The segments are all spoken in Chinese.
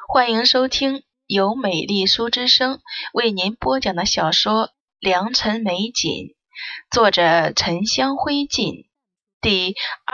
欢迎收听由美丽书之声为您播讲的小说《良辰美景》，作者沉香灰烬，第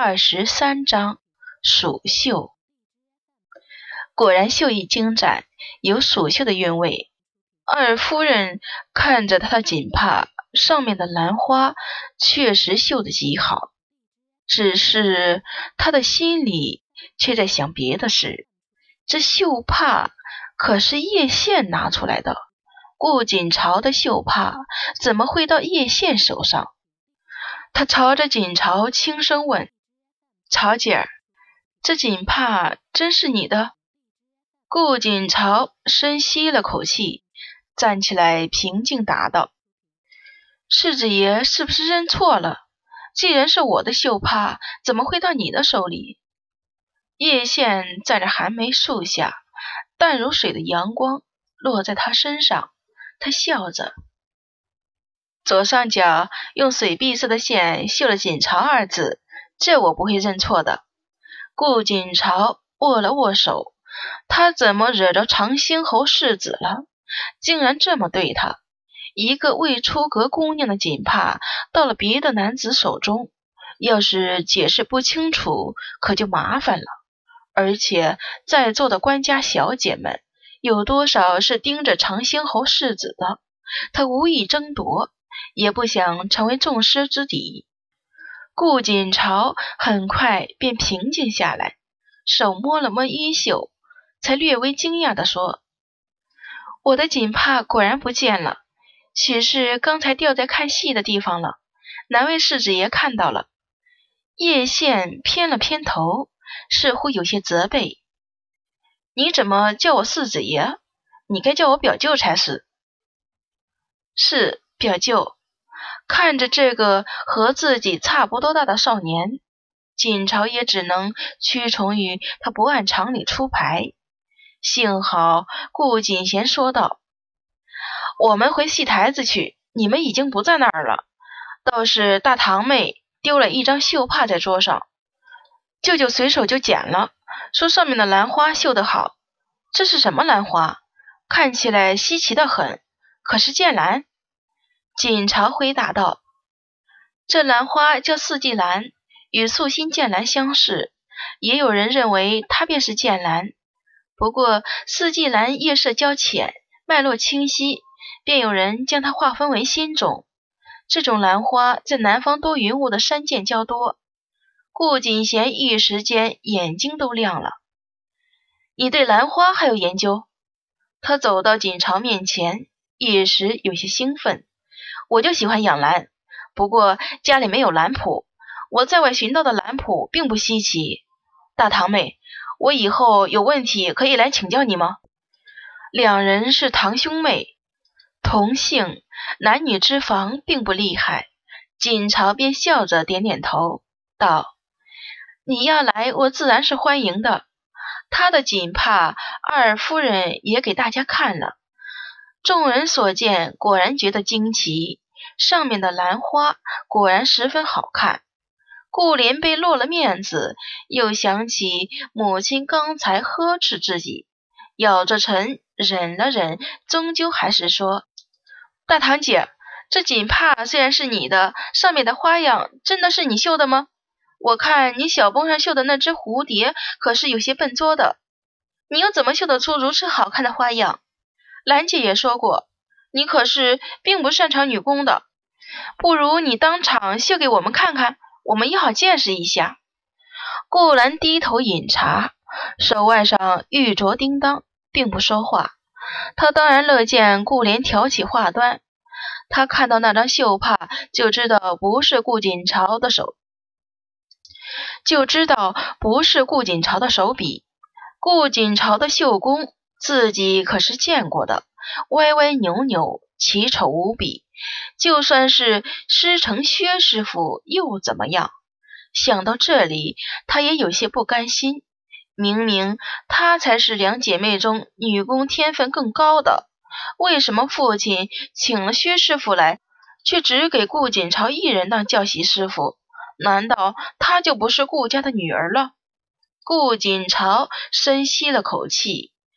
23章蜀绣。果然绣艺精湛，有蜀绣的韵味。二夫人看着她的锦帕上面的兰花，确实绣得极好，只是她的心里却在想别的事。这绣帕可是叶县拿出来的，顾锦朝的绣帕怎么会到叶县手上？他朝着锦朝轻声问：“朝姐儿，这锦帕真是你的？”顾锦朝深吸了口气，站起来平静答道：“世子爷是不是认错了？既然是我的绣帕，怎么会到你的手里？”叶县站在寒梅树下，淡如水的阳光落在他身上，他笑着。左上角用水碧色的线绣了锦朝二字，这我不会认错的。顾锦朝握了握手，他怎么惹着长兴侯世子了？竟然这么对他。一个未出阁姑娘的锦帕到了别的男子手中，要是解释不清楚，可就麻烦了。而且在座的官家小姐们有多少是盯着长兴侯世子的？他无意争夺，也不想成为众矢之的。顾锦朝很快便平静下来，手摸了摸衣袖，才略微惊讶地说：“我的锦帕果然不见了，许是刚才掉在看戏的地方了，难为世子爷看到了。”叶县偏了偏头，似乎有些责备：“你怎么叫我世子爷？你该叫我表舅才是。”“是表舅。”看着这个和自己差不多大的少年，锦朝也只能屈从于他不按常理出牌。幸好顾锦贤说道：“我们回戏台子去，你们已经不在那儿了。倒是大堂妹丢了一张绣帕在桌上，舅舅随手就捡了，说上面的兰花绣得好。这是什么兰花？看起来稀奇得很，可是剑兰？”锦朝回答道：“这兰花叫四季兰，与素心剑兰相似，也有人认为它便是剑兰。不过四季兰叶色较浅，脉络清晰，便有人将它划分为新种。这种兰花在南方多云雾的山涧较多。”顾锦贤一时间眼睛都亮了：“你对兰花还有研究？”他走到锦朝面前，一时有些兴奋：“我就喜欢养兰，不过家里没有兰谱，我在外寻到的兰谱并不稀奇。大堂妹，我以后有问题可以来请教你吗？”两人是堂兄妹，同姓，男女之防并不厉害。锦朝便笑着点点头，道：“你要来，我自然是欢迎的。”他的锦帕，二夫人也给大家看了。众人所见，果然觉得惊奇，上面的兰花果然十分好看。顾怜被落了面子，又想起母亲刚才呵斥自己，咬着唇忍了忍，终究还是说：“大堂姐，这锦帕虽然是你的，上面的花样真的是你绣的吗？我看你小绷上绣的那只蝴蝶可是有些笨拙的，你又怎么绣得出如此好看的花样？兰姐也说过，你可是并不擅长女工的，不如你当场绣给我们看看，我们也好见识一下。”顾兰低头饮茶，手腕上玉镯叮当，并不说话。他当然乐见顾怜挑起话端，他看到那张绣帕就知道不是顾锦朝的手笔。顾锦朝的绣工自己可是见过的，歪歪扭扭，奇丑无比。就算是师承薛师傅又怎么样？想到这里，他也有些不甘心。明明她才是两姐妹中女工天分更高的，为什么父亲请了薛师傅来，却只给顾锦朝一人当教习师傅？难道她就不是顾家的女儿了？顾锦朝深吸了口气，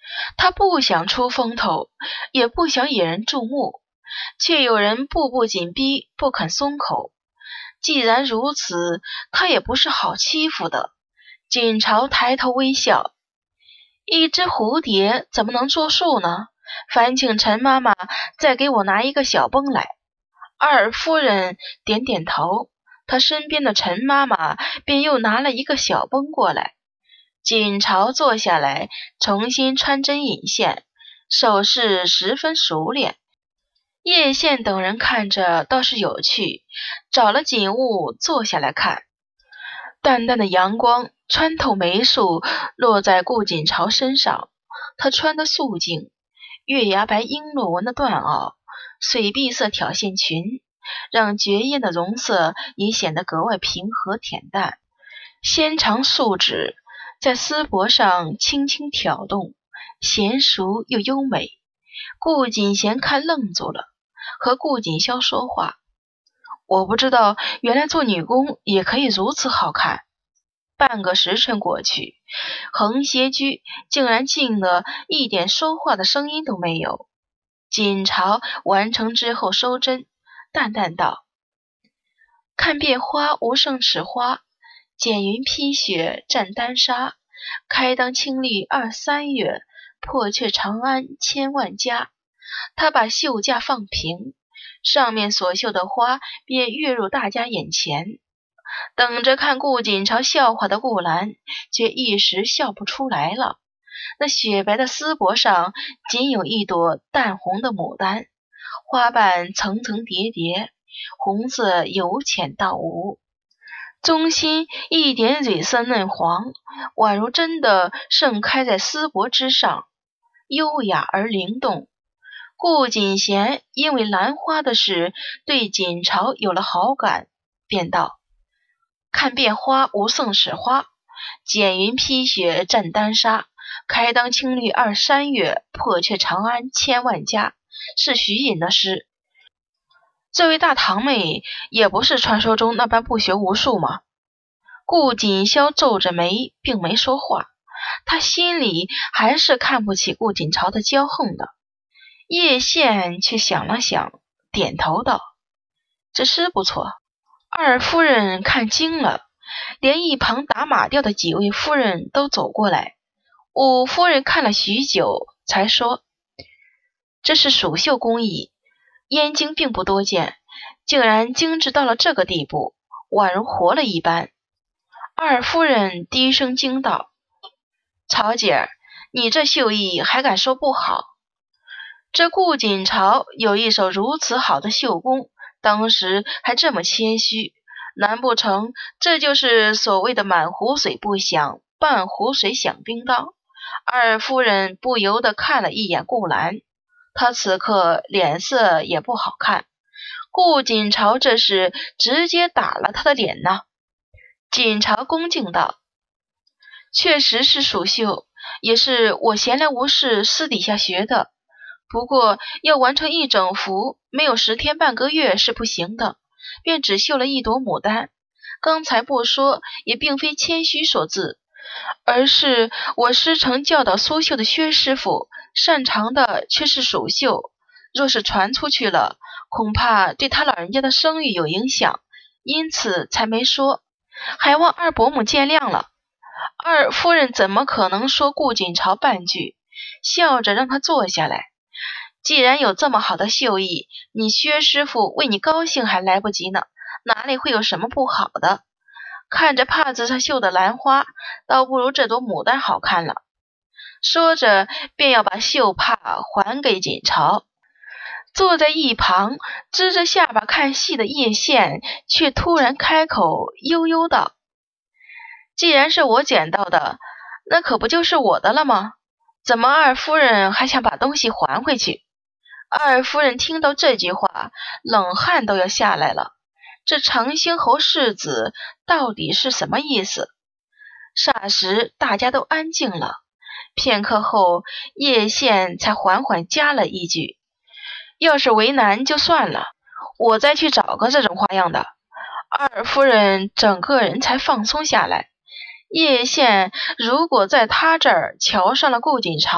他不想出风头，也不想引人注目，却有人步步紧逼，不肯松口。既然如此，他也不是好欺负的。锦朝抬头微笑，一只蝴蝶怎么能作数呢？烦请陈妈妈再给我拿一个小泵来。二夫人点点头，她身边的陈妈妈便又拿了一个小泵过来。锦朝坐下来，重新穿针引线，手势十分熟练。叶县等人看着倒是有趣，找了景物坐下来看。淡淡的阳光穿透梅树，落在顾锦朝身上。他穿得素净，月牙白璎珞纹的缎袄，水碧色挑线裙，让绝艳的容色也显得格外平和恬淡。纤长素指在丝帛上轻轻挑动，娴熟又优美。顾锦贤看愣住了，和顾锦霄说话：我不知道原来做女工也可以如此好看。半个时辰过去，横斜居竟然静得一点说话的声音都没有。锦朝完成之后收针，淡淡道：看遍花无胜尺花，剪云披雪蘸丹砂，开当清丽二三月，破却长安千万家。他把绣架放平，上面所绣的花便跃入大家眼前。等着看顾锦朝笑话的顾兰却一时笑不出来了。那雪白的丝帛上仅有一朵淡红的牡丹，花瓣层层叠叠，红色由浅到无，中心一点蕊色嫩黄，宛如真的盛开在丝帛之上，优雅而灵动。顾锦贤因为兰花的事对锦朝有了好感，便道：看遍花无胜尺花，剪云披雪蘸丹砂，开当清丽二三月，破却长安千万家，是徐寅的诗。这位大堂妹也不是传说中那般不学无术吗？顾锦霄皱着眉，并没说话，他心里还是看不起顾锦朝的骄横的。叶县却想了想，点头道：这诗不错。二夫人看惊了，连一旁打马吊的几位夫人都走过来。五夫人看了许久，才说：这是蜀绣工艺，燕京并不多见，竟然精致到了这个地步，宛如活了一般。二夫人低声惊道：曹姐儿，你这绣艺还敢说不好？这顾锦朝有一手如此好的绣工，当时还这么谦虚，难不成这就是所谓的满湖水不响，半湖水响叮当？二夫人不由得看了一眼顾兰，她此刻脸色也不好看。顾锦朝这是直接打了他的脸呢。锦朝恭敬道：确实是蜀绣，也是我闲来无事私底下学的，不过要完成一整幅，没有10天半个月是不行的，便只绣了一朵牡丹。刚才不说，也并非谦虚所致，而是我师承教导苏绣的薛师傅，擅长的却是蜀绣，若是传出去了，恐怕对他老人家的声誉有影响，因此才没说，还望二伯母见谅了。二夫人怎么可能说顾锦朝半句，笑着让他坐下来。既然有这么好的绣艺，你薛师傅为你高兴还来不及呢，哪里会有什么不好的？看着帕子上绣的兰花，倒不如这朵牡丹好看了。说着便要把绣帕还给锦朝。坐在一旁支着下巴看戏的叶县却突然开口，悠悠道：既然是我捡到的，那可不就是我的了吗？怎么二夫人还想把东西还回去？二夫人听到这句话，冷汗都要下来了。这长兴侯世子到底是什么意思？霎时大家都安静了。片刻后，叶县才缓缓加了一句：要是为难就算了，我再去找个这种花样的。二夫人整个人才放松下来。叶县如果在他这儿瞧上了顾锦朝，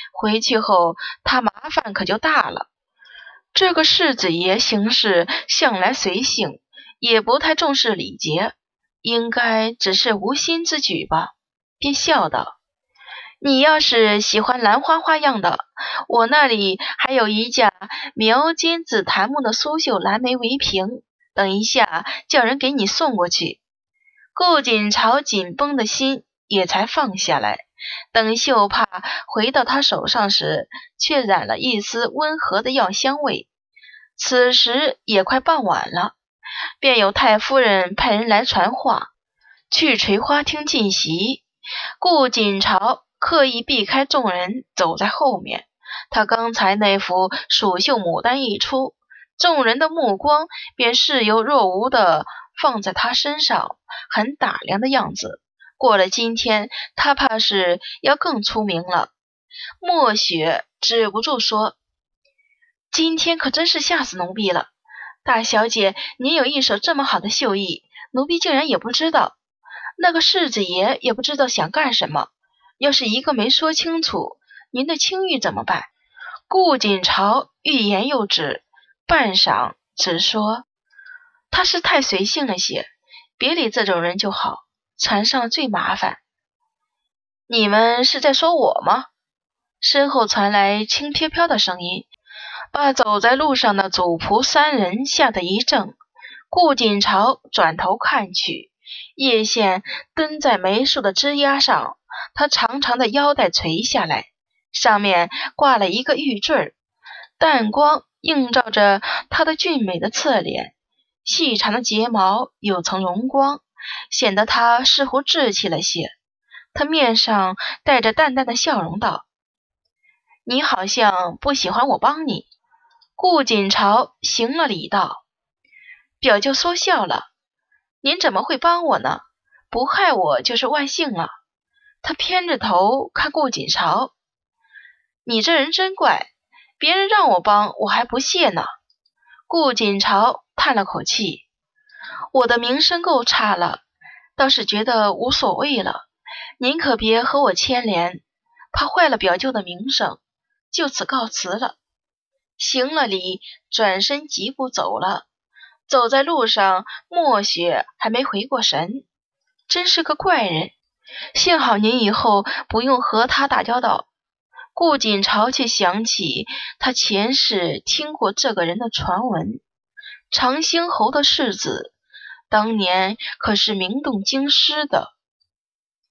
回去后他麻烦可就大了。这个世子爷行事向来随性，也不太重视礼节，应该只是无心之举吧。便笑道：你要是喜欢蓝花花样的，我那里还有一架描金紫檀木的苏绣蓝莓围屏，等一下叫人给你送过去。顾锦朝紧绷的心也才放下来，等绣帕回到他手上时，却染了一丝温和的药香味。此时也快傍晚了，便有太夫人派人来传话，去垂花厅进席。顾锦朝刻意避开众人，走在后面。他刚才那幅蜀绣牡丹一出，众人的目光便似有若无地放在他身上，很打量的样子。过了今天，他怕是要更出名了。墨雪止不住说：今天可真是吓死奴婢了，大小姐您有一手这么好的绣艺，奴婢竟然也不知道。那个世子爷也不知道想干什么，要是一个没说清楚，您的清誉怎么办？顾锦朝欲言又止，半晌只说：他是太随性了些，别理这种人就好，缠上最麻烦。你们是在说我吗？身后传来轻飘飘的声音，把走在路上的主仆三人吓得一怔。顾锦朝转头看去，叶县蹲在梅树的枝桠上，他长长的腰带垂下来，上面挂了一个玉坠，淡光映照着他的俊美的侧脸，细长的睫毛有层荣光，显得他似乎稚气了些。他面上带着淡淡的笑容道：你好像不喜欢我帮你。顾锦朝行了礼道：表舅说笑了，您怎么会帮我呢？不害我就是万幸了。他偏着头看顾锦朝：你这人真怪，别人让我帮我还不屑呢。顾锦朝叹了口气：我的名声够差了，倒是觉得无所谓了，您可别和我牵连，怕坏了表舅的名声，就此告辞了。行了礼，转身疾步走了。走在路上，墨雪还没回过神，真是个怪人，幸好您以后不用和他打交道。顾锦朝却想起他前世听过这个人的传闻，长兴侯的世子，当年可是名动京师的。